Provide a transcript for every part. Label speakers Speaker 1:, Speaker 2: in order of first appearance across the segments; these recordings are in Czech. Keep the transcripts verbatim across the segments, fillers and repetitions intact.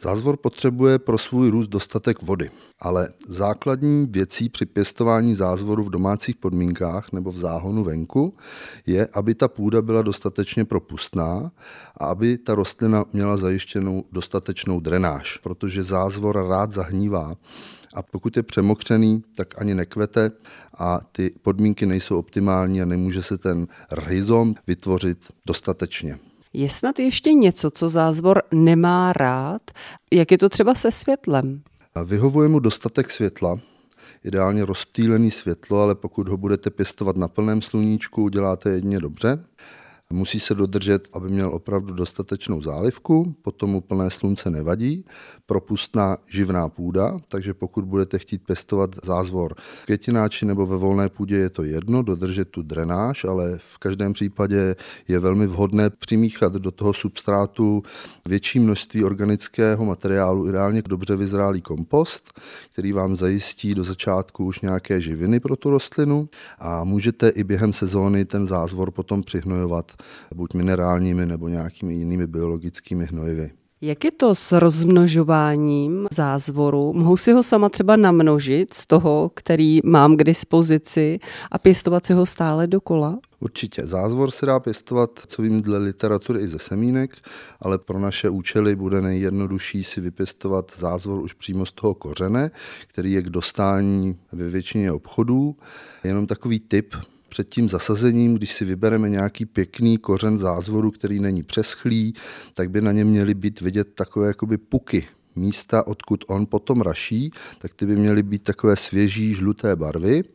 Speaker 1: Zázvor potřebuje pro svůj růst dostatek vody, ale základní věcí při pěstování zázvoru v domácích podmínkách nebo v záhonu venku je, aby ta půda byla dostatečně propustná a aby ta rostlina měla zajištěnou dostatečnou drenáž, protože zázvor rád zahnívá. A pokud je přemokřený, tak ani nekvete a ty podmínky nejsou optimální a nemůže se ten rhizom vytvořit dostatečně.
Speaker 2: Je snad ještě něco, co zázvor nemá rád? Jak je to třeba se světlem?
Speaker 1: Vyhovuje mu dostatek světla, ideálně rozptýlený světlo, ale pokud ho budete pěstovat na plném sluníčku, děláte jedině dobře. Musí se dodržet, aby měl opravdu dostatečnou zálivku, potom mu plné slunce nevadí, propustná živná půda, takže pokud budete chtít pěstovat zázvor v květináči nebo ve volné půdě, je to jedno, dodržet tu drenáž, ale v každém případě je velmi vhodné přimíchat do toho substrátu větší množství organického materiálu, ideálně dobře vyzrálý kompost, který vám zajistí do začátku už nějaké živiny pro tu rostlinu a můžete i během sezóny ten zázvor potom přihnojovat buď minerálními nebo nějakými jinými biologickými hnojivy.
Speaker 2: Jak je to s rozmnožováním zázvoru? Mohu si ho sama třeba namnožit z toho, který mám k dispozici a pěstovat si ho stále dokola?
Speaker 1: Určitě. Zázvor se dá pěstovat, co vím, dle literatury i ze semínek, ale pro naše účely bude nejjednodušší si vypěstovat zázvor už přímo z toho kořene, který je k dostání ve většině obchodů. Jenom takový tip. Před tím zasazením, když si vybereme nějaký pěkný kořen zázvoru, který není přeschlý, tak by na něm měly být vidět takové jakoby puky. Místa, odkud on potom raší, tak ty by měly být takové svěží žluté barvy.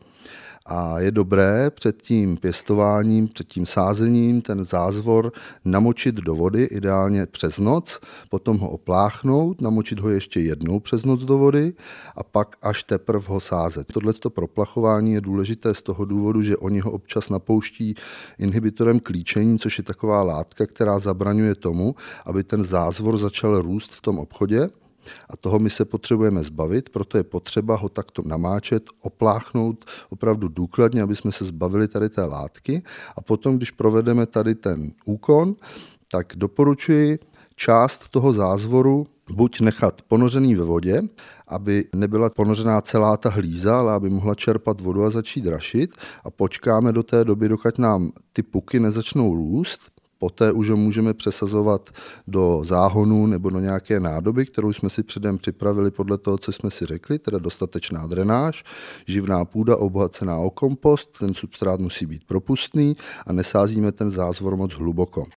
Speaker 1: A je dobré před tím pěstováním, před tím sázením ten zázvor namočit do vody, ideálně přes noc, potom ho opláchnout, namočit ho ještě jednou přes noc do vody a pak až teprve ho sázet. Tohleto proplachování je důležité z toho důvodu, že oni ho občas napouští inhibitorem klíčení, což je taková látka, která zabraňuje tomu, aby ten zázvor začal růst v tom obchodě. A toho my se potřebujeme zbavit, proto je potřeba ho takto namáčet, opláchnout opravdu důkladně, aby jsme se zbavili tady té látky. A potom, když provedeme tady ten úkon, tak doporučuji část toho zázvoru buď nechat ponořený ve vodě, aby nebyla ponořená celá ta hlíza, ale aby mohla čerpat vodu a začít rašit. A počkáme do té doby, dokud nám ty puky nezačnou růst. Poté už ho můžeme přesazovat do záhonu nebo do nějaké nádoby, kterou jsme si předem připravili podle toho, co jsme si řekli, teda dostatečná drenáž, živná půda obohacená o kompost, ten substrát musí být propustný a nesázíme ten zázvor moc hluboko.